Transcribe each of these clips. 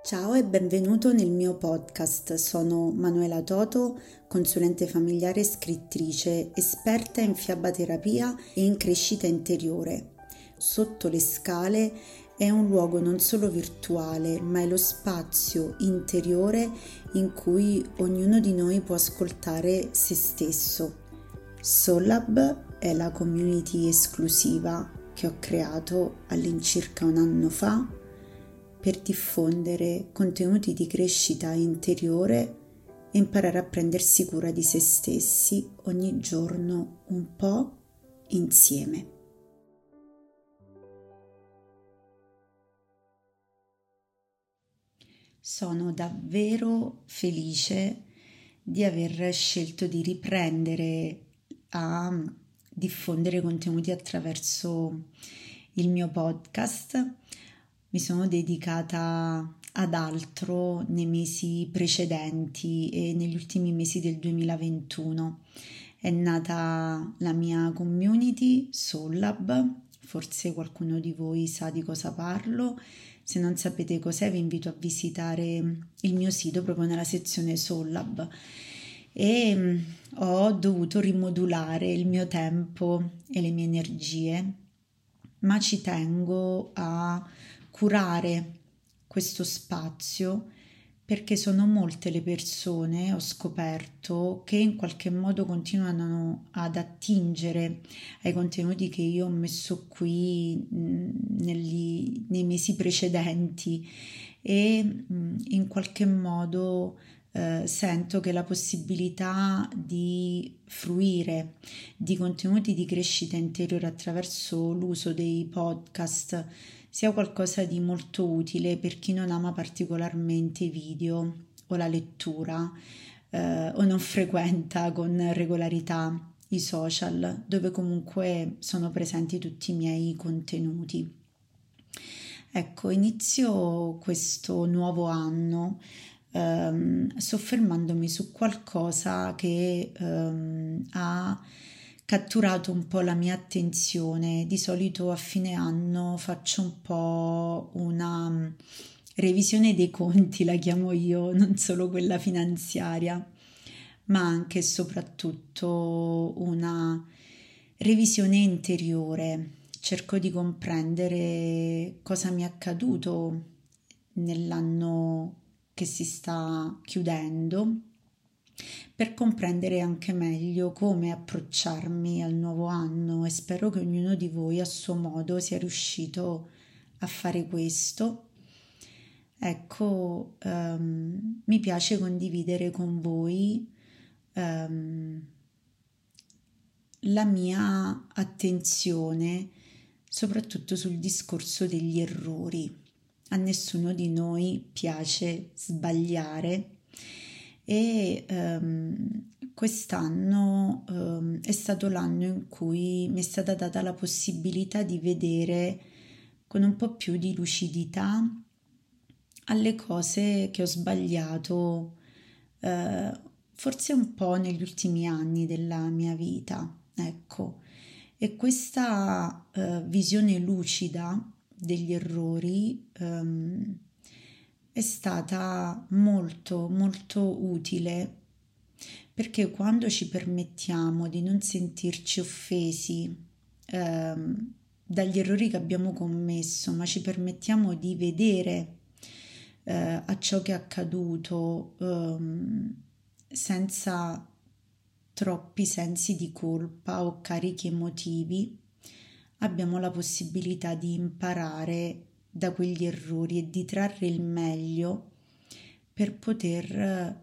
Ciao e benvenuto nel mio podcast. Sono Manuela Toto, consulente familiare e scrittrice, esperta in fiabaterapia e in crescita interiore. Sotto le scale è un luogo non solo virtuale, ma è lo spazio interiore in cui ognuno di noi può ascoltare se stesso. Sollab è la community esclusiva che ho creato all'incirca un anno fa per diffondere contenuti di crescita interiore e imparare a prendersi cura di se stessi ogni giorno un po' insieme. Sono davvero felice di aver scelto di riprendere a diffondere contenuti attraverso il mio podcast. Mi sono dedicata ad altro nei mesi precedenti e negli ultimi mesi del 2021. È nata la mia community Sollab, forse qualcuno di voi sa di cosa parlo. Se non sapete cos'è, vi invito a visitare il mio sito proprio nella sezione Sollab. E ho dovuto rimodulare il mio tempo e le mie energie, ma ci tengo a curare questo spazio perché sono molte le persone, ho scoperto, che in qualche modo continuano ad attingere ai contenuti che io ho messo qui nei mesi precedenti e in qualche modo sento che la possibilità di fruire di contenuti di crescita interiore attraverso l'uso dei podcast sia qualcosa di molto utile per chi non ama particolarmente i video o la lettura o non frequenta con regolarità i social dove comunque sono presenti tutti i miei contenuti. Ecco, inizio questo nuovo anno soffermandomi su qualcosa che ha catturato un po' la mia attenzione. Di solito a fine anno faccio un po' una revisione dei conti, la chiamo io, non solo quella finanziaria, ma anche e soprattutto una revisione interiore. Cerco di comprendere cosa mi è accaduto nell'anno che si sta chiudendo, per comprendere anche meglio come approcciarmi al nuovo anno, e spero che ognuno di voi a suo modo sia riuscito a fare questo. Ecco, mi piace condividere con voi la mia attenzione soprattutto sul discorso degli errori. A nessuno di noi piace sbagliare e quest'anno è stato l'anno in cui mi è stata data la possibilità di vedere con un po' più di lucidità alle cose che ho sbagliato forse un po' negli ultimi anni della mia vita, ecco. E questa visione lucida degli errori è stata molto molto utile, perché quando ci permettiamo di non sentirci offesi dagli errori che abbiamo commesso, ma ci permettiamo di vedere a ciò che è accaduto senza troppi sensi di colpa o carichi emotivi, abbiamo la possibilità di imparare da quegli errori e di trarre il meglio per poter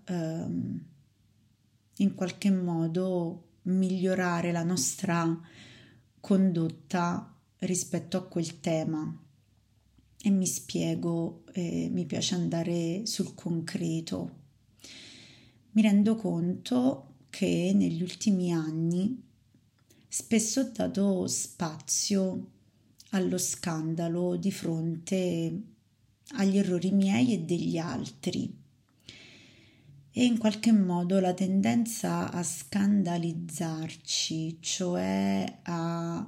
in qualche modo migliorare la nostra condotta rispetto a quel tema. E mi spiego, mi piace andare sul concreto. Mi rendo conto che negli ultimi anni spesso ho dato spazio allo scandalo di fronte agli errori miei e degli altri, e in qualche modo la tendenza a scandalizzarci, cioè a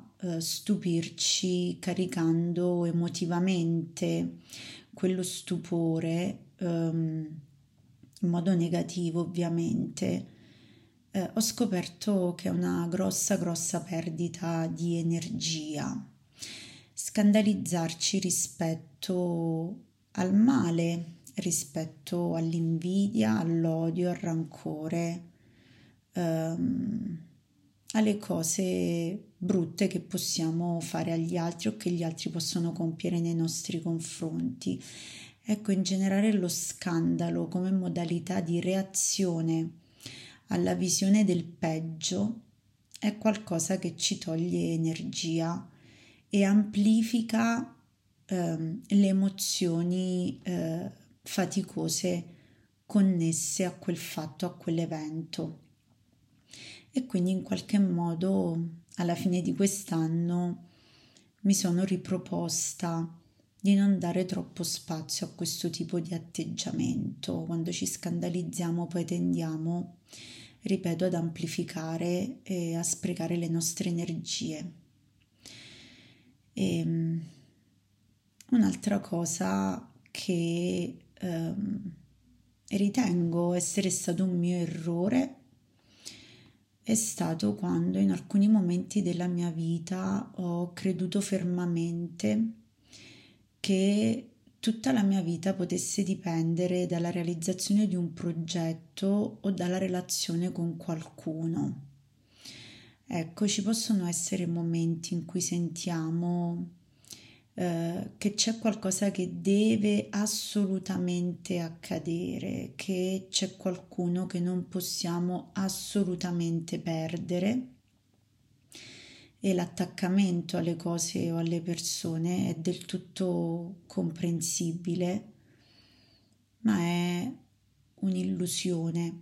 stupirci caricando emotivamente quello stupore, in modo negativo ovviamente, ho scoperto che è una grossa perdita di energia. Scandalizzarci rispetto al male, rispetto all'invidia, all'odio, al rancore, alle cose brutte che possiamo fare agli altri o che gli altri possono compiere nei nostri confronti. Ecco, in generale lo scandalo come modalità di reazione alla visione del peggio è qualcosa che ci toglie energia e amplifica le emozioni faticose connesse a quel fatto, a quell'evento. E quindi in qualche modo alla fine di quest'anno mi sono riproposta di non dare troppo spazio a questo tipo di atteggiamento. Quando ci scandalizziamo poi tendiamo, ripeto, ad amplificare e a sprecare le nostre energie. E un'altra cosa che ritengo essere stato un mio errore è stato quando in alcuni momenti della mia vita ho creduto fermamente che tutta la mia vita potesse dipendere dalla realizzazione di un progetto o dalla relazione con qualcuno. Ecco, ci possono essere momenti in cui sentiamo che c'è qualcosa che deve assolutamente accadere, che c'è qualcuno che non possiamo assolutamente perdere e l'attaccamento alle cose o alle persone è del tutto comprensibile, ma è un'illusione.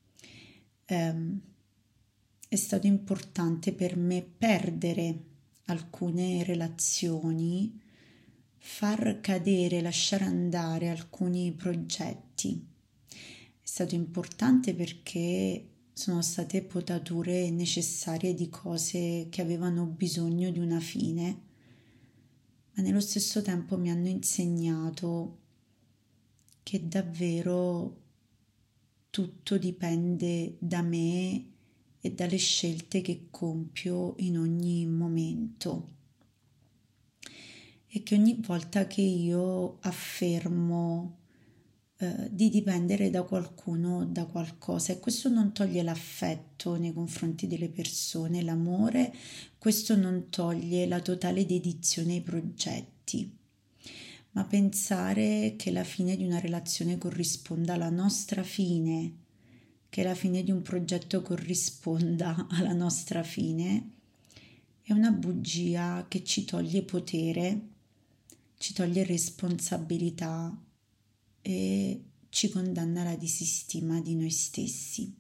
È stato importante per me perdere alcune relazioni, far cadere, lasciare andare alcuni progetti. È stato importante perché sono state potature necessarie di cose che avevano bisogno di una fine, ma nello stesso tempo mi hanno insegnato che davvero tutto dipende da me e dalle scelte che compio in ogni momento e che ogni volta che io affermo di dipendere da qualcuno o da qualcosa, e questo non toglie l'affetto nei confronti delle persone, l'amore, questo non toglie la totale dedizione ai progetti, ma pensare che la fine di una relazione corrisponda alla nostra fine, che la fine di un progetto corrisponda alla nostra fine, è una bugia che ci toglie potere, ci toglie responsabilità e ci condanna alla disistima di noi stessi.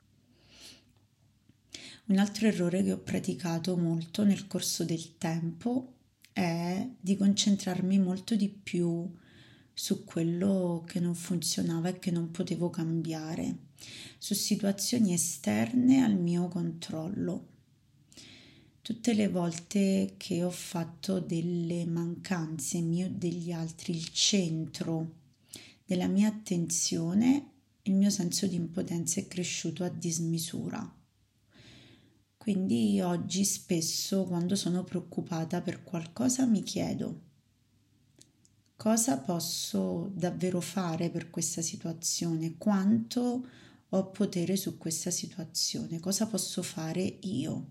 Un altro errore che ho praticato molto nel corso del tempo è di concentrarmi molto di più su quello che non funzionava e che non potevo cambiare, su situazioni esterne al mio controllo. Tutte le volte che ho fatto delle mancanze mie o degli altri il centro della mia attenzione, il mio senso di impotenza è cresciuto a dismisura. Quindi oggi spesso quando sono preoccupata per qualcosa mi chiedo: cosa posso davvero fare per questa situazione? Quanto ho potere su questa situazione? Cosa posso fare io?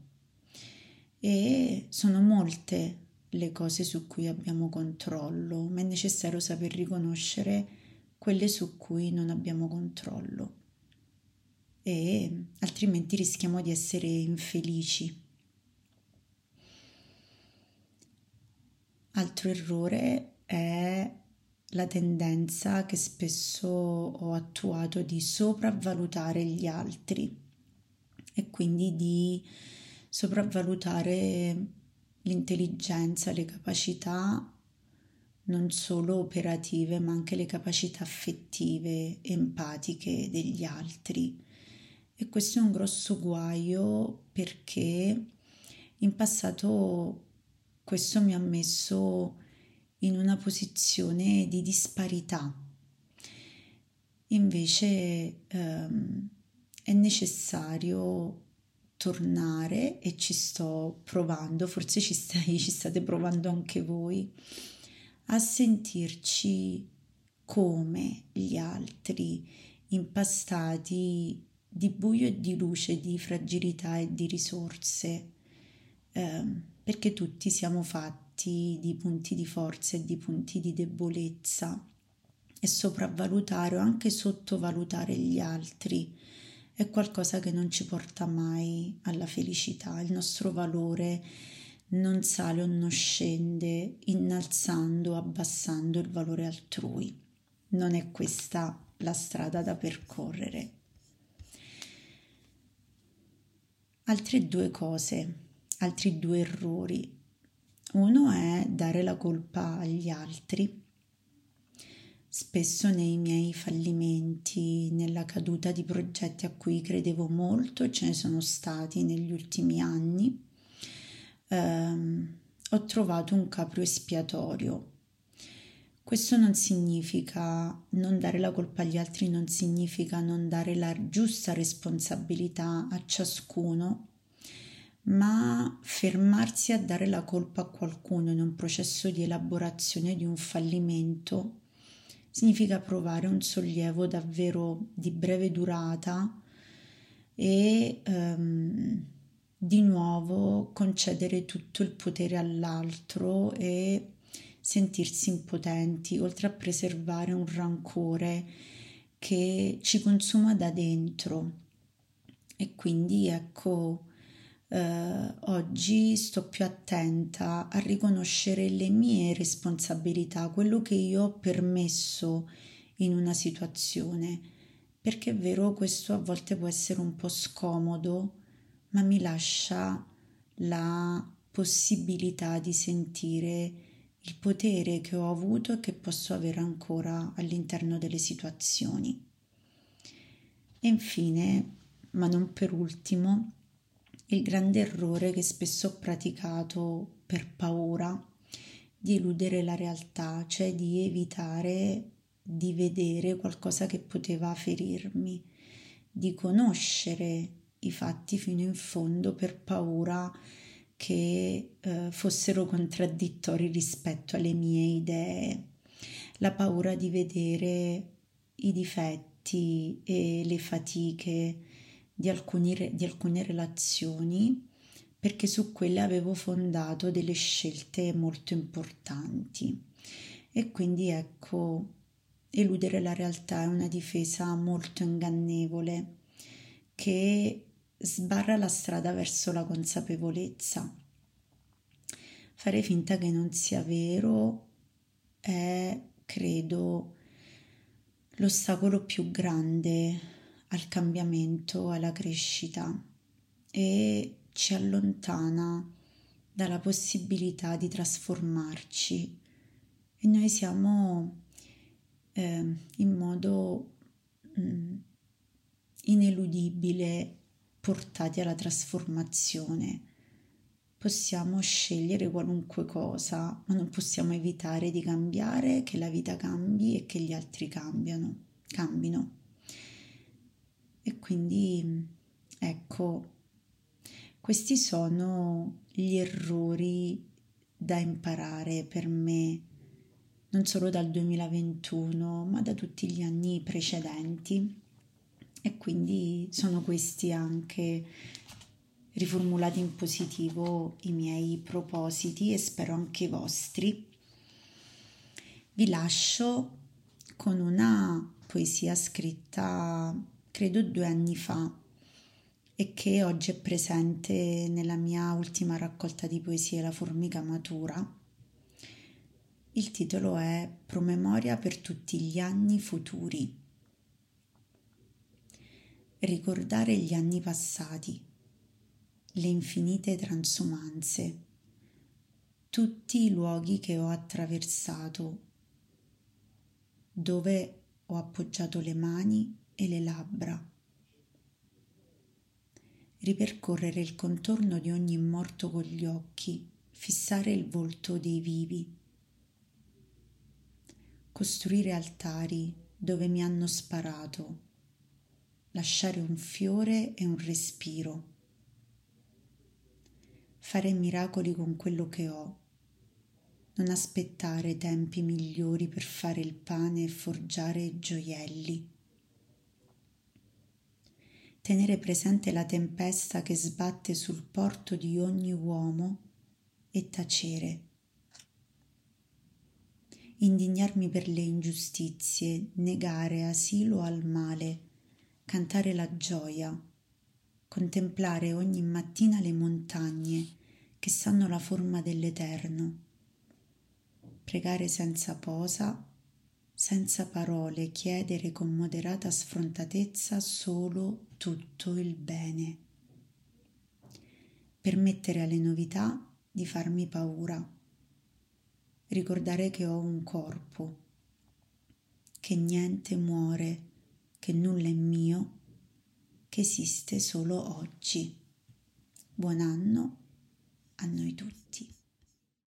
E sono molte le cose su cui abbiamo controllo, ma è necessario saper riconoscere quelle su cui non abbiamo controllo e altrimenti rischiamo di essere infelici. Altro errore è la tendenza che spesso ho attuato di sopravvalutare gli altri e quindi di sopravvalutare l'intelligenza, le capacità non solo operative, ma anche le capacità affettive, empatiche degli altri. E questo è un grosso guaio perché in passato questo mi ha messo in una posizione di disparità Invece è necessario tornare, e ci sto provando, forse ci state provando anche voi, a sentirci come gli altri, impastati di buio e di luce, di fragilità e di risorse, perché tutti siamo fatti di punti di forza e di punti di debolezza, e sopravvalutare o anche sottovalutare gli altri è qualcosa che non ci porta mai alla felicità. Il nostro valore non sale o non scende innalzando o abbassando il valore altrui. Non è questa la strada da percorrere. Altre due cose, altri due errori. Uno è dare la colpa agli altri. Spesso nei miei fallimenti, nella caduta di progetti a cui credevo molto, e ce ne sono stati negli ultimi anni, ho trovato un capro espiatorio. Questo non significa non dare la colpa agli altri, non significa non dare la giusta responsabilità a ciascuno, ma fermarsi a dare la colpa a qualcuno in un processo di elaborazione di un fallimento significa provare un sollievo davvero di breve durata e di nuovo concedere tutto il potere all'altro e sentirsi impotenti, oltre a preservare un rancore che ci consuma da dentro. E quindi ecco, oggi sto più attenta a riconoscere le mie responsabilità, quello che io ho permesso in una situazione, perché è vero, questo a volte può essere un po' scomodo, ma mi lascia la possibilità di sentire il potere che ho avuto e che posso avere ancora all'interno delle situazioni. E infine, ma non per ultimo, il grande errore che spesso ho praticato per paura di eludere la realtà, cioè di evitare di vedere qualcosa che poteva ferirmi, di conoscere i fatti fino in fondo per paura che fossero contraddittori rispetto alle mie idee, la paura di vedere i difetti e le fatiche di alcune relazioni, perché su quelle avevo fondato delle scelte molto importanti. E quindi ecco, eludere la realtà è una difesa molto ingannevole che sbarra la strada verso la consapevolezza. Fare finta che non sia vero è, credo, l'ostacolo più grande al cambiamento, alla crescita, e ci allontana dalla possibilità di trasformarci, e noi siamo in modo ineludibile portati alla trasformazione. Possiamo scegliere qualunque cosa, ma non possiamo evitare di cambiare, che la vita cambi e che gli altri cambino. E quindi ecco, questi sono gli errori da imparare per me, non solo dal 2021, ma da tutti gli anni precedenti. E quindi sono questi anche, riformulati in positivo, i miei propositi, e spero anche i vostri. Vi lascio con una poesia scritta credo 2 anni fa e che oggi è presente nella mia ultima raccolta di poesie, La formica matura. Il titolo è Promemoria per tutti gli anni futuri. Ricordare gli anni passati, le infinite transumanze, tutti i luoghi che ho attraversato, dove ho appoggiato le mani e le labbra. Ripercorrere il contorno di ogni morto con gli occhi, fissare il volto dei vivi. Costruire altari dove mi hanno sparato, lasciare un fiore e un respiro, fare miracoli con quello che ho, non aspettare tempi migliori per fare il pane e forgiare gioielli. Tenere presente la tempesta che sbatte sul porto di ogni uomo e tacere. Indignarmi per le ingiustizie, negare asilo al male, cantare la gioia, contemplare ogni mattina le montagne che sanno la forma dell'Eterno, pregare senza posa, senza parole, chiedere con moderata sfrontatezza solo tutto il bene, permettere alle novità di farmi paura, ricordare che ho un corpo, che niente muore, che nulla è mio, che esiste solo oggi. Buon anno a noi tutti.